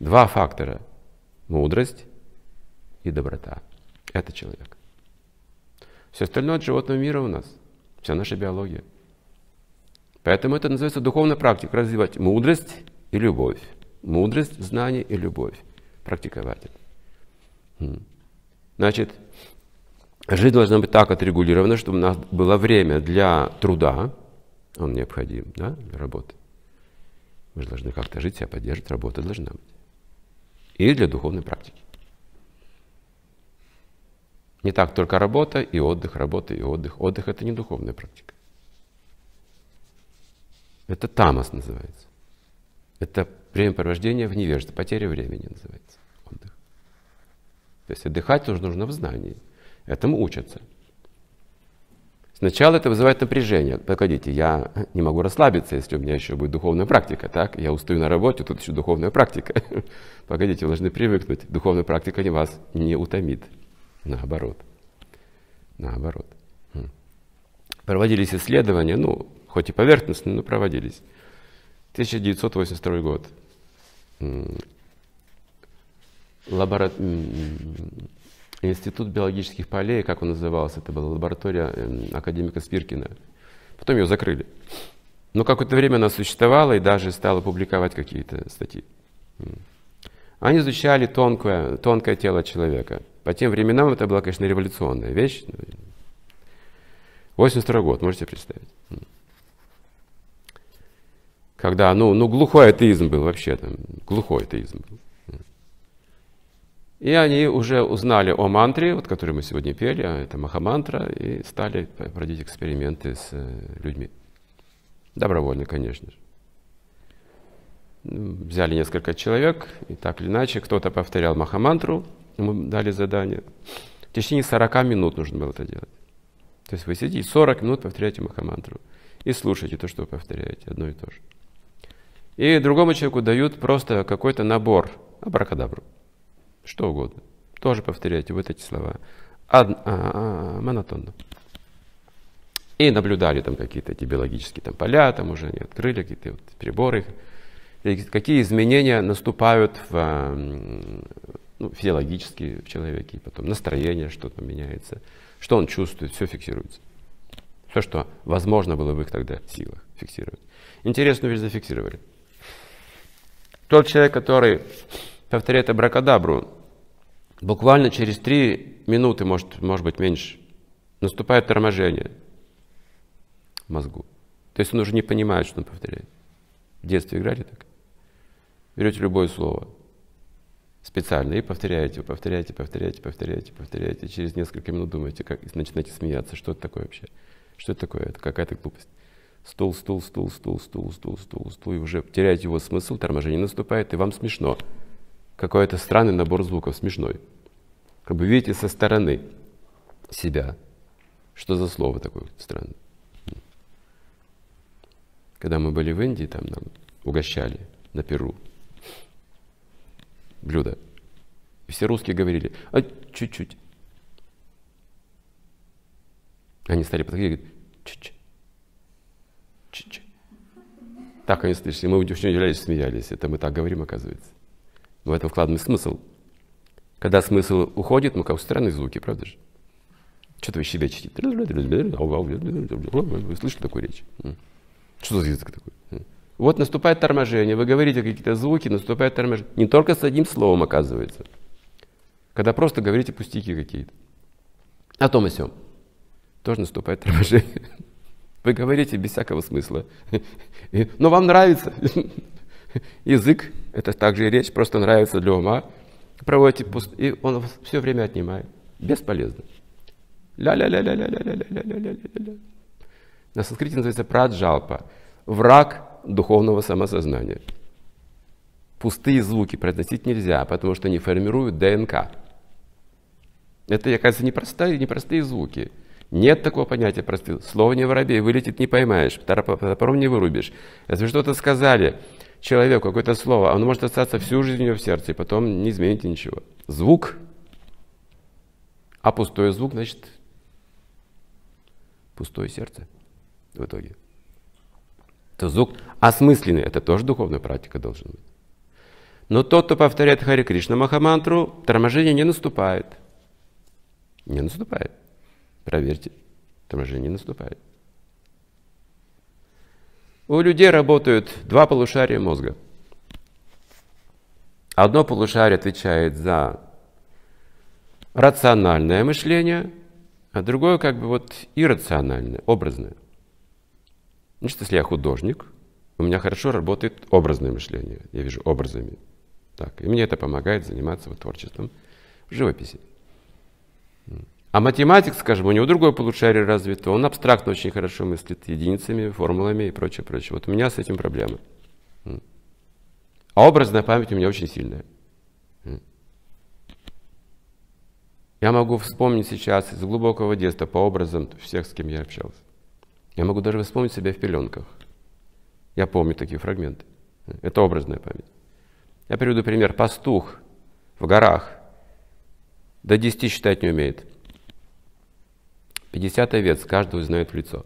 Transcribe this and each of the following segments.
Два фактора. Мудрость и доброта. Это человек. Все остальное от животного мира у нас. Вся наша биология. Поэтому это называется духовная практика. Развивать мудрость и любовь. Мудрость, знание и любовь. Практиковать это. Значит, жизнь должна быть так отрегулирована, чтобы у нас было время для труда. Он необходим, да, для работы. Мы же должны как-то жить, себя поддерживать, работа должна быть. И для духовной практики. Не так только работа и отдых, работа и отдых. Отдых — это не духовная практика. Это тамас называется. Это времяпровождение в невежестве, потеря времени называется отдых. То есть отдыхать нужно в знании. Этому учатся. Сначала это вызывает напряжение. Погодите, я не могу расслабиться, если у меня еще будет духовная практика. Так? Я устаю на работе, тут еще духовная практика. Погодите, вы должны привыкнуть. Духовная практика вас не утомит. Наоборот. Наоборот. Проводились исследования, хоть и поверхностные, но проводились. 1982 год. Институт биологических полей, как он назывался, это была лаборатория академика Спиркина. Потом ее закрыли. Но какое-то время она существовала и даже стала публиковать какие-то статьи. Они изучали тонкое тело человека. По тем временам это была, конечно, революционная вещь. 82 год, можете представить. Когда, глухой атеизм был вообще, глухой атеизм был. И они уже узнали о мантре, вот, которую мы сегодня пели, это Махамантра, и стали проводить эксперименты с людьми. Добровольно, конечно же. Взяли несколько человек, и так или иначе, кто-то повторял Махамантру, ему дали задание. В течение 40 минут нужно было это делать. То есть вы сидите 40 минут, повторяете Махамантру и слушаете то, что вы повторяете, одно и то же. И другому человеку дают просто какой-то набор, абракадабру. Что угодно. Тоже повторяйте вот эти слова. Монотонно. И наблюдали там какие-то эти биологические поля, там уже они открыли какие-то приборы. Какие изменения наступают физиологически в человеке. И потом настроение, что там меняется. Что он чувствует, все фиксируется. Все, что возможно было в их тогда силах фиксировать. Интересную вещь зафиксировали. Тот человек, который повторяет абракадабру, буквально через 3 минуты, может быть меньше, наступает торможение в мозгу. То есть он уже не понимает, что он повторяет. В детстве играли так? Берете любое слово специально и повторяете. Через несколько минут думаете, как, и начинаете смеяться. Что это такое вообще? Что это такое? Это какая-то глупость. Стул, и уже теряете его смысл, торможение наступает, и вам смешно. Какой-то странный набор звуков, смешной. Как бы видите со стороны себя, что за слово такое странное. Когда мы были в Индии, там нам угощали на Перу блюдо. И все русские говорили, чуть-чуть. Они стали подходить и говорят, чуть-чуть. Чуть-чуть. Так они слышали. Мы очень удивлялись, смеялись. Это мы так говорим, оказывается. В этом вкладываем смысл. Когда смысл уходит, как странные звуки, правда же? Что-то вы щебечете. Вы слышали такую речь? Что за язык такой? Вот наступает торможение. Вы говорите какие-то звуки, наступает торможение. Не только с одним словом, оказывается. Когда просто говорите пустяки какие-то. О том и сём. Тоже наступает торможение. Вы говорите без всякого смысла. Но вам нравится. Язык, это также и речь, просто нравится для ума. Проводите и он вас все время отнимает. Бесполезно. Ля-ля-ля-ля-ля-ля-ля-ля-ля-ля-ля. На санскрите называется праджалпа. Враг духовного самосознания. Пустые звуки произносить нельзя, потому что они формируют ДНК. Это, оказывается, непростые звуки. Нет такого понятия простых. Слово не воробей, вылетит, не поймаешь, топором не вырубишь. Если вы что-то сказали человеку, какое-то слово, оно может остаться всю жизнь у него в сердце, и потом не измените ничего. Звук, а пустой звук, значит, пустое сердце в итоге. То звук осмысленный, это тоже духовная практика должна быть. Но тот, кто повторяет Харе Кришна Махамантру, торможение не наступает. Не наступает. Проверьте, торможение не наступает. У людей работают два полушария мозга. Одно полушарие отвечает за рациональное мышление, а другое как бы вот иррациональное, образное. Значит, если я художник, у меня хорошо работает образное мышление. Я вижу образами. Так, и мне это помогает заниматься вот творчеством в живописи. А математик, скажем, у него другое полушарие развито, он абстрактно очень хорошо мыслит единицами, формулами и прочее, прочее. Вот у меня с этим проблемы. А образная память у меня очень сильная. Я могу вспомнить сейчас из глубокого детства по образам всех, с кем я общался. Я могу даже вспомнить себя в пеленках. Я помню такие фрагменты. Это образная память. Я приведу пример. Пастух в горах до 10 считать не умеет. 50 овец каждого знает в лицо.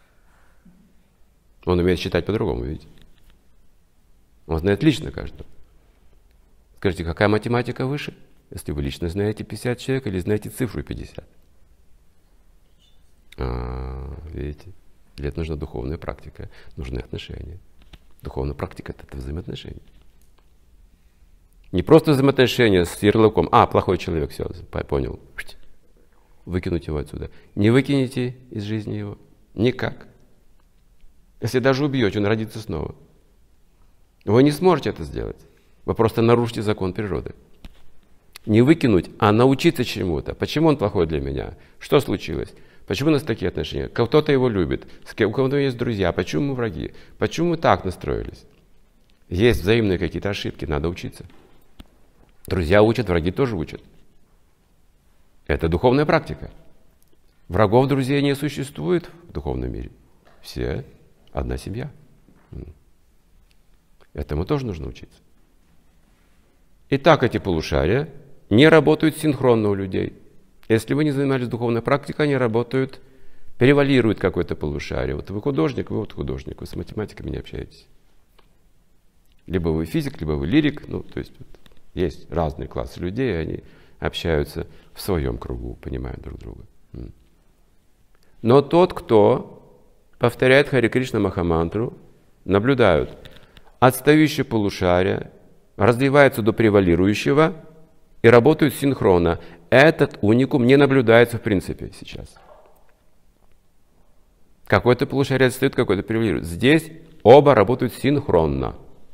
Он умеет считать по-другому, видите? Он знает лично каждого. Скажите, какая математика выше? Если вы лично знаете 50 человек или знаете цифру 50? Видите? Для этого нужна духовная практика, нужны отношения. Духовная практика — это взаимоотношения. Не просто взаимоотношения с ярлыком. Плохой человек, все, понял. Выкинуть его отсюда. Не выкинете из жизни его. Никак. Если даже убьете, он родится снова. Вы не сможете это сделать. Вы просто нарушите закон природы. Не выкинуть, а научиться чему-то. Почему он плохой для меня? Что случилось? Почему у нас такие отношения? Кто-то его любит, у кого-то есть друзья. Почему мы враги? Почему мы так настроились? Есть взаимные какие-то ошибки, надо учиться. Друзья учат, враги тоже учат. Это духовная практика. Врагов, друзей не существует в духовном мире. Все одна семья. Этому тоже нужно учиться. Итак, эти полушария не работают синхронно у людей. Если вы не занимались духовной практикой, они работают, превалируют какое-то полушарие. Вот вы художник, вы вот художник, вы с математиками не общаетесь. Либо вы физик, либо вы лирик. То есть есть разные классы людей, и они общаются в своем кругу, понимают друг друга. Но тот, кто повторяет Харе Кришна Махамантру, наблюдают отстающие полушария, развиваются до превалирующего и работают синхронно. Этот уникум не наблюдается в принципе сейчас. Какое-то полушарие отстает, какое-то превалирует. Здесь оба работают синхронно.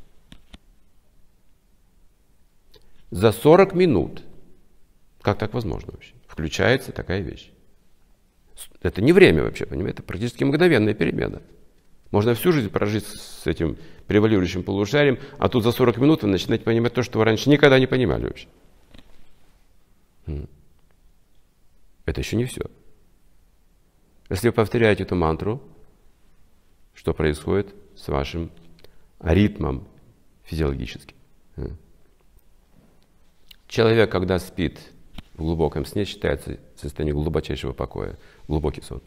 За 40 минут. Как так возможно вообще? Включается такая вещь. Это не время вообще, понимаете? Это практически мгновенная перемена. Можно всю жизнь прожить с этим превалирующим полушарием, а тут за 40 минут вы начинаете понимать то, что вы раньше никогда не понимали вообще. Это еще не все. Если вы повторяете эту мантру, что происходит с вашим ритмом физиологическим? Человек, когда спит в глубоком сне, считается состояние глубочайшего покоя, глубокий сон.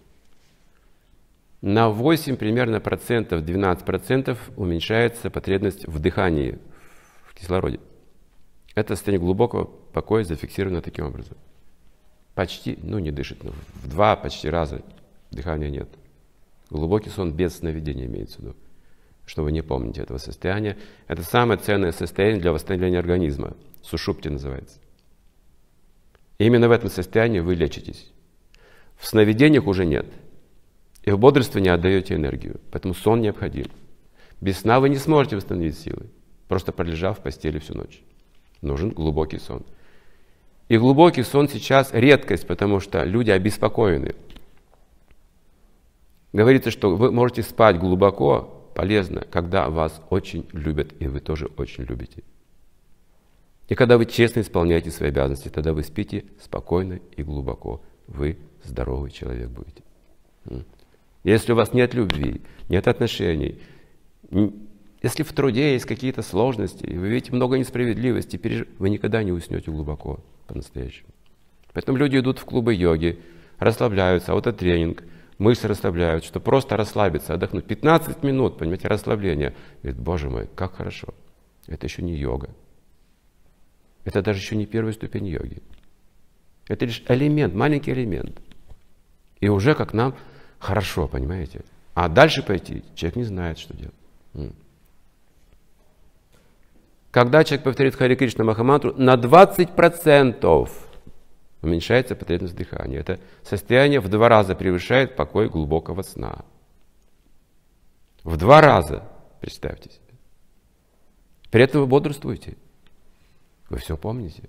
На 8 примерно процентов, 12% уменьшается потребность в дыхании, в кислороде. Это состояние глубокого покоя зафиксировано таким образом. Почти, не дышит, но в 2 почти раза дыхания нет. Глубокий сон без сновидения имеется в виду. Что вы не помните этого состояния. Это самое ценное состояние для восстановления организма. Сушупти называется. И именно в этом состоянии вы лечитесь. В сновидениях уже нет. И в бодрствовании отдаете энергию. Поэтому сон необходим. Без сна вы не сможете восстановить силы, просто пролежав в постели всю ночь. Нужен глубокий сон. И глубокий сон сейчас редкость, потому что люди обеспокоены. Говорится, что вы можете спать глубоко, полезно, когда вас очень любят, и вы тоже очень любите. И когда вы честно исполняете свои обязанности, тогда вы спите спокойно и глубоко. Вы здоровый человек будете. Если у вас нет любви, нет отношений, если в труде есть какие-то сложности, и вы видите много несправедливости, вы никогда не уснете глубоко по-настоящему. Поэтому люди идут в клубы йоги, расслабляются, аутотренинг, мышцы расслабляют, чтобы просто расслабиться, отдохнуть. 15 минут, понимаете, расслабления. Говорит, боже мой, как хорошо. Это еще не йога. Это даже еще не первая ступень йоги. Это лишь элемент, маленький элемент. И уже как нам хорошо, понимаете? А дальше пойти человек не знает, что делать. Когда человек повторит Харе Кришна Махамантру, на 20% уменьшается потребность дыхания. Это состояние в 2 раза превышает покой глубокого сна. В 2 раза, представьте себе. При этом вы бодрствуете. Вы все помните.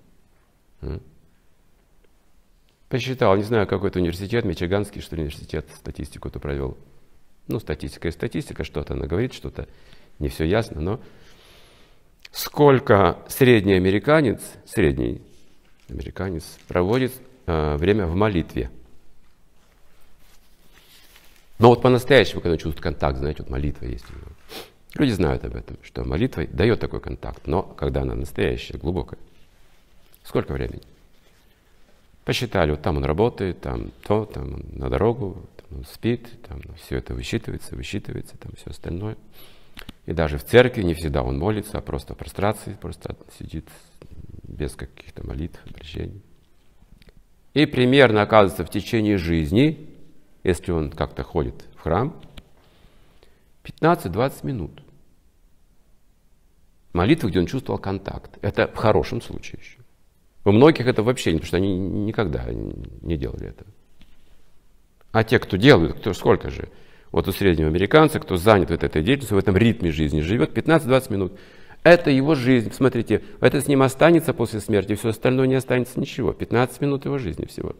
Посчитал, не знаю, какой-то университет, Мичиганский, что ли, университет, статистику-то провел. Ну, статистика и статистика, что-то она говорит, что-то не все ясно, но сколько средний американец проводит время в молитве. Но вот по-настоящему, когда чувствует контакт, знаете, вот молитва есть у него. Люди знают об этом, что молитва дает такой контакт, но когда она настоящая, глубокая. Сколько времени? Посчитали, вот там он работает, там то, там он на дорогу, там он спит, там все это высчитывается, там все остальное. И даже в церкви не всегда он молится, а просто в прострации, просто сидит без каких-то молитв, обращений. И примерно, оказывается, в течение жизни, если он как-то ходит в храм, 15-20 минут молитвы, где он чувствовал контакт. Это в хорошем случае еще. У многих это вообще не, потому что они никогда не делали этого. А те, кто делают, кто сколько же? Вот у среднего американца, кто занят вот этой деятельностью, в этом ритме жизни живет, 15-20 минут. Это его жизнь. Смотрите, это с ним останется после смерти, все остальное не останется ничего. 15 минут его жизни всего.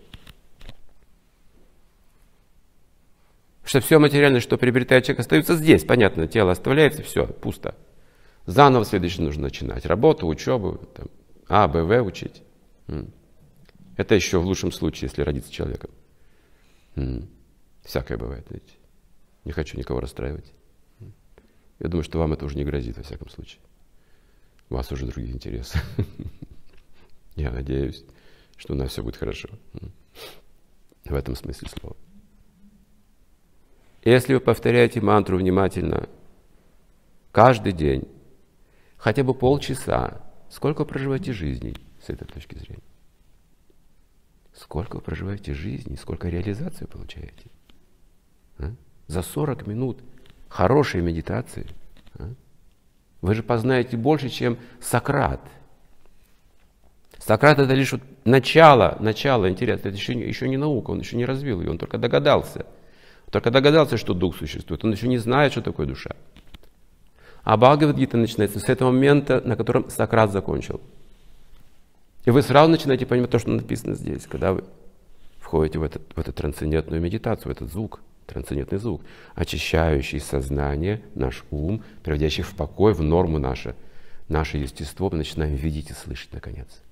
Что все материальное, что приобретает человек, остается здесь. Понятно, тело оставляется, все, пусто. Заново следующее нужно начинать. Работу, учебу, там, А, Б, В учить. Это еще в лучшем случае, если родиться человеком. Всякое бывает, видите. Не хочу никого расстраивать. Я думаю, что вам это уже не грозит, во всяком случае. У вас уже другие интересы. Я надеюсь, что у нас все будет хорошо. В этом смысле слова. Если вы повторяете мантру внимательно каждый день, хотя бы полчаса, сколько вы проживаете жизней с этой точки зрения? Сколько вы проживаете жизни, сколько реализации получаете? За 40 минут хорошей медитации вы же познаете больше, чем Сократ. Сократ — это лишь вот начало интереса, это еще не наука, он еще не развил ее, он только догадался. Что дух существует, он еще не знает, что такое душа. А Бхагавад-гита начинается с этого момента, на котором Сократ закончил. И вы сразу начинаете понимать то, что написано здесь, когда вы входите в эту трансцендентную медитацию, в этот звук, трансцендентный звук, очищающий сознание, наш ум, приводящий в покой, в норму наше естество, мы начинаем видеть и слышать наконец.